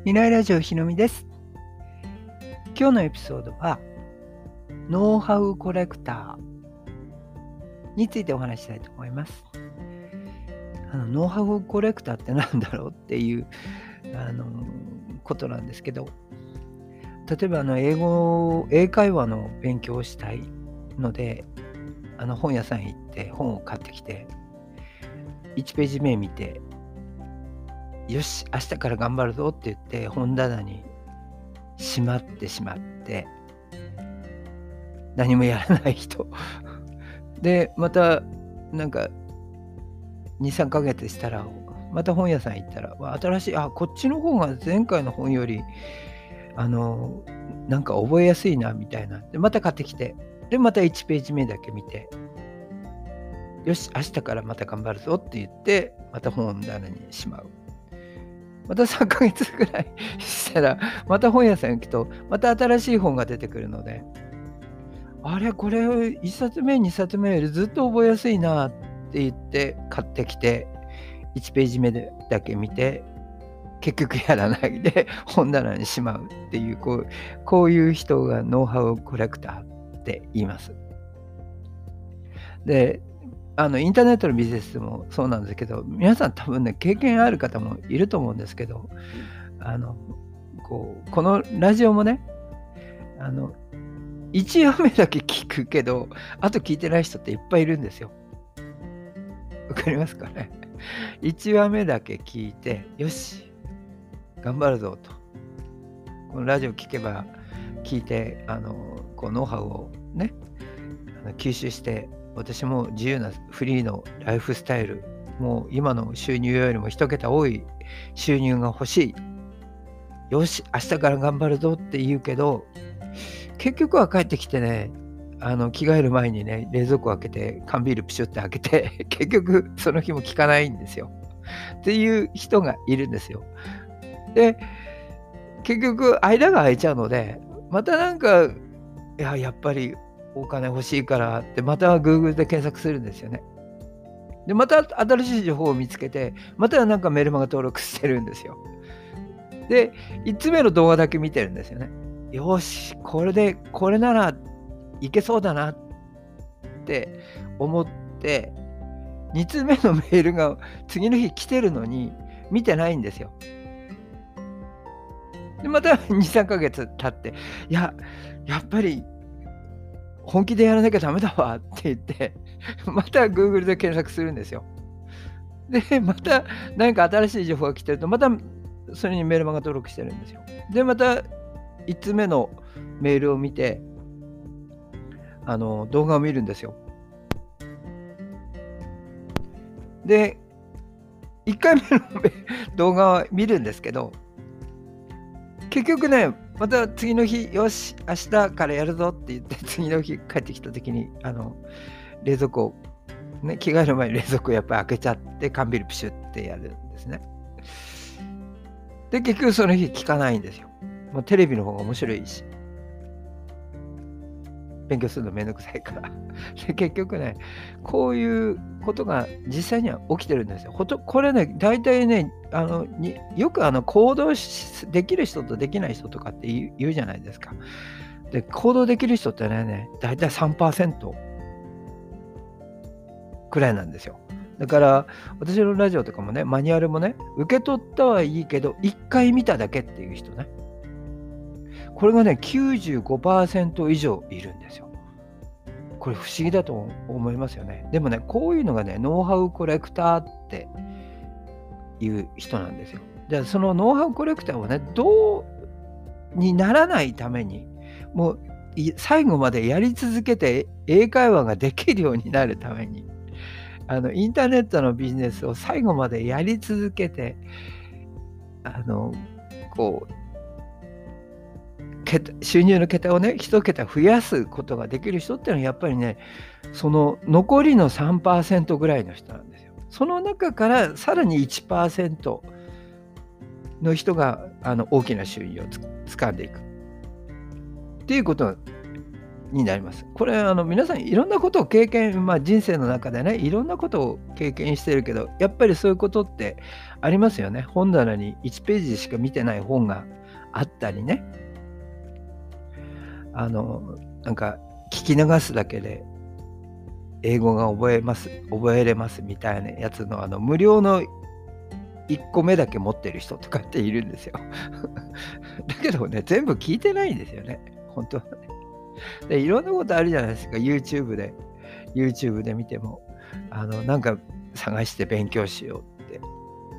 未来ラジオひのみです。今日のエピソードはノウハウコレクターについてお話ししたいと思います。ノウハウコレクターって何だろうっていうことなんですけど、例えば英会話の勉強をしたいので本屋さん行って本を買ってきて1ページ目見て、よし明日から頑張るぞって言って本棚にしまってしまって何もやらない人で、またなんか 2,3 ヶ月したらまた本屋さん行ったら新しいこっちの方が前回の本よりなんか覚えやすいなみたいなでまた買ってきて、でまた1ページ目だけ見て、よし明日からまた頑張るぞって言ってまた本棚にしまう。また3ヶ月ぐらいしたらまた本屋さん行くとまた新しい本が出てくるので、これ1冊目2冊目よりずっと覚えやすいなって言って買ってきて1ページ目だけ見て結局やらないで本棚にしまうっていう、こういう人がノウハウコレクターって言います。でインターネットのビジネスもそうなんですけど、皆さん多分ね経験ある方もいると思うんですけど、このラジオもね1話目だけ聞くけどあと聞いてない人っていっぱいいるんですよ。わかりますかね。1話目だけ聞いてよし頑張るぞと、このラジオ聞けば聞いてノウハウをね吸収して、私も自由なフリーのライフスタイル、もう今の収入よりも1桁多い収入が欲しい、よし明日から頑張るぞって言うけど、結局は帰ってきてね着替える前にね冷蔵庫開けて缶ビールプシュって開けて結局その日も効かないんですよっていう人がいるんですよ。で結局間が空いちゃうので、またなんかやっぱりお金欲しいからってまた Google で検索するんですよね。でまた新しい情報を見つけてまたなんかメルマガ登録してるんですよ。で5つ目の動画だけ見てるんですよね。よしこれならいけそうだなって思って2つ目のメールが次の日来てるのに見てないんですよ。でまた 2,3 ヶ月経ってやっぱり本気でやらなきゃダメだわって言ってまた Google で検索するんですよ。でまた何か新しい情報が来てるとまたそれにメルマガ登録してるんですよ。でまた5つ目のメールを見て動画を見るんですよ。で1回目の動画を見るんですけど、結局ねまた次の日よし明日からやるぞって言って次の日帰ってきた時に冷蔵庫ね、着替える前に冷蔵庫やっぱり開けちゃって缶ビールプシュってやるんですね。で結局その日聞かないんですよ。もうテレビの方が面白いし勉強するのめんどくさいからで結局ねこういうことが実際には起きてるんですよ。これね大体ねよく行動できる人とできない人とかって言うじゃないですか。で行動できる人ってね大体 3% くらいなんですよ。だから私のラジオとかもねマニュアルもね受け取ったはいいけど1回見ただけっていう人ね、これがね 95% 以上いるんですよ。これ不思議だと思いますよね。でもねこういうのがねノウハウコレクターっていう人なんですよ。じゃあそのノウハウコレクターをねどうにならないためにもう最後までやり続けて英会話ができるようになるためにインターネットのビジネスを最後までやり続けてこう収入の桁をね1桁増やすことができる人っていうのはやっぱりねその残りの 3% ぐらいの人なんですよ。その中からさらに 1% の人が大きな収入を掴んでいくっていうことになります。これ皆さんいろんなことを経験、人生の中でね、いろんなことを経験してるけど、やっぱりそういうことってありますよね。本棚に1ページしか見てない本があったりね、なんか聞き流すだけで英語が覚えれますみたいなやつの無料の1個目だけ持ってる人とかっているんですよ。だけどね、全部聞いてないんですよね、本当はね。で、いろんなことあるじゃないですか、YouTube で見ても、なんか探して勉強しようって。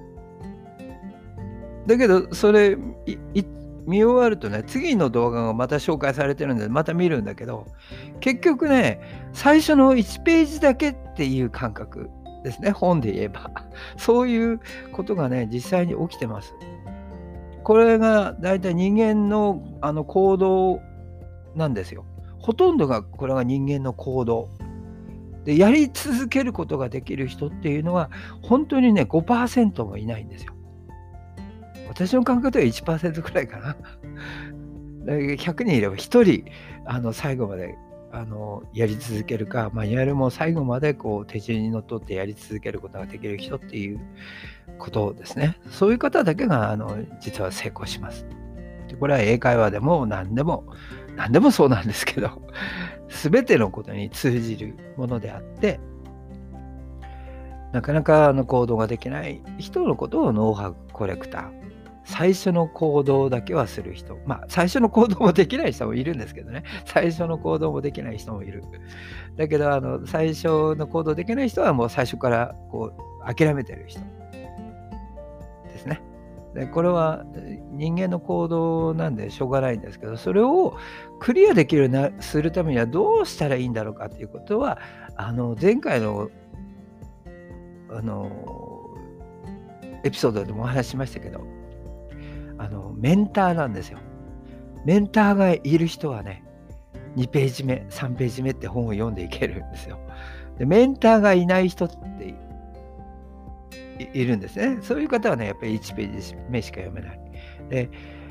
だけど、それ、見終わるとね、次の動画がまた紹介されてるんで、また見るんだけど、結局ね、最初の1ページだけっていう感覚ですね、本で言えば。そういうことがね、実際に起きてます。これがだいたい人間の行動なんですよ。ほとんどがこれが人間の行動。で、やり続けることができる人っていうのは、本当にね、5%もいないんですよ。私の感覚では1%くらいかな。100人いれば1人、最後まで、やり続けるか、マニュアルも最後までこう手順にのっとってやり続けることができる人っていうことですね。そういう方だけが、実は成功します。で、これは英会話でも何でもそうなんですけど、全てのことに通じるものであって、なかなか行動ができない人のことをノウハウコレクター。最初の行動だけはする人。最初の行動もできない人もいるんですけどね。最初の行動もできない人もいる。だけど、最初の行動できない人はもう最初からこう諦めてる人ですね。で、これは人間の行動なんでしょうがないんですけど、それをクリアできるようにするためにはどうしたらいいんだろうかということは、前回のエピソードでもお話ししましたけど、メンターなんですよ。メンターがいる人はね、2ページ目、3ページ目って本を読んでいけるんですよ。で、メンターがいない人っているんですね。そういう方はね、やっぱり1ページ目しか読めない。で、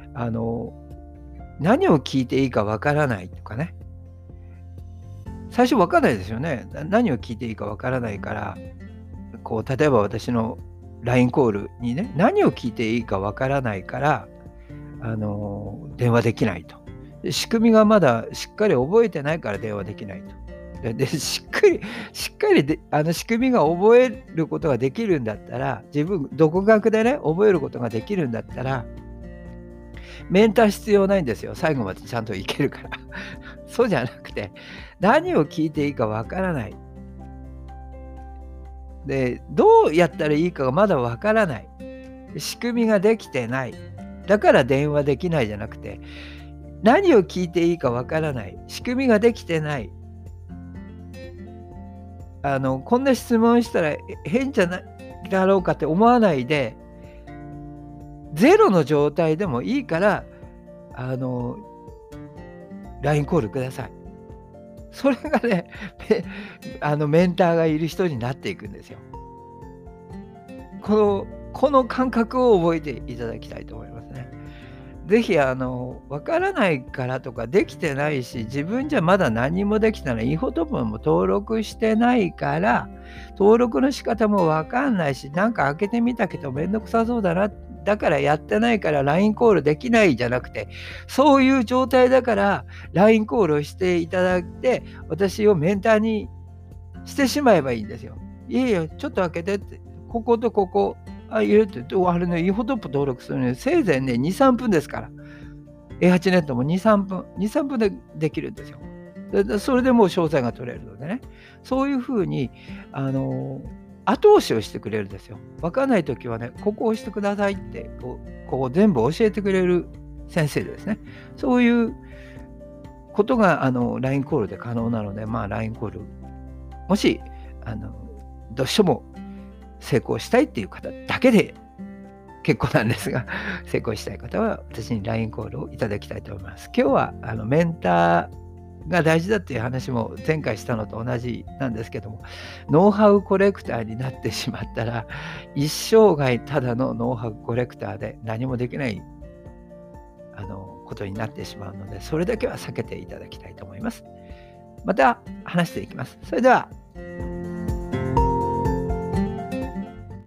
何を聞いていいかわからないとかね。最初わかんないですよね。何を聞いていいかわからないから、例えば私の LINE コールにね、何を聞いていいかわからないから、電話できないと。で、仕組みがまだしっかり覚えてないから電話できないと。で、しっかりで仕組みが覚えることができるんだったら、自分独学でね、覚えることができるんだったら、メンター必要ないんですよ。最後までちゃんといけるから。そうじゃなくて、何を聞いていいかわからない。で、どうやったらいいかがまだわからない。仕組みができてない。だから電話できないじゃなくて、何を聞いていいかわからない。仕組みができてない。こんな質問したら変じゃないだろうかって思わないで、ゼロの状態でもいいから、LINE コールください。それがね、メンターがいる人になっていくんですよ。この感覚を覚えていただきたいと思いますね。ぜひわからないからとかできてないし、自分じゃまだ何もできてない、インフォトップも登録してないから、登録の仕方もわかんないし、なんか開けてみたけどめんどくさそうだな、だからやってないから LINE コールできないじゃなくて、そういう状態だから LINE コールをしていただいて、私をメンターにしてしまえばいいんですよ。いえいえ、ちょっと開けてって、こことここ、入れって言って、あれね、インフォトップ登録するのにせいぜいね、2、3分ですから。A8 ネットも2、3分、2、3分でできるんですよ。それでもう詳細が取れるのでね。そういうふうに、後押しをしてくれるんですよ。わかんないときはね、ここを押してくださいって、こう全部教えてくれる先生ですね。そういうことがLINE コールで可能なので、LINE コール、もしどうしても成功したいっていう方だけで結構なんですが、成功したい方は私に LINE コールをいただきたいと思います。今日はメンターが大事だっていう話も前回したのと同じなんですけども、ノウハウコレクターになってしまったら、一生涯ただのノウハウコレクターで何もできないことになってしまうので、それだけは避けていただきたいと思います。 また話していきます。それでは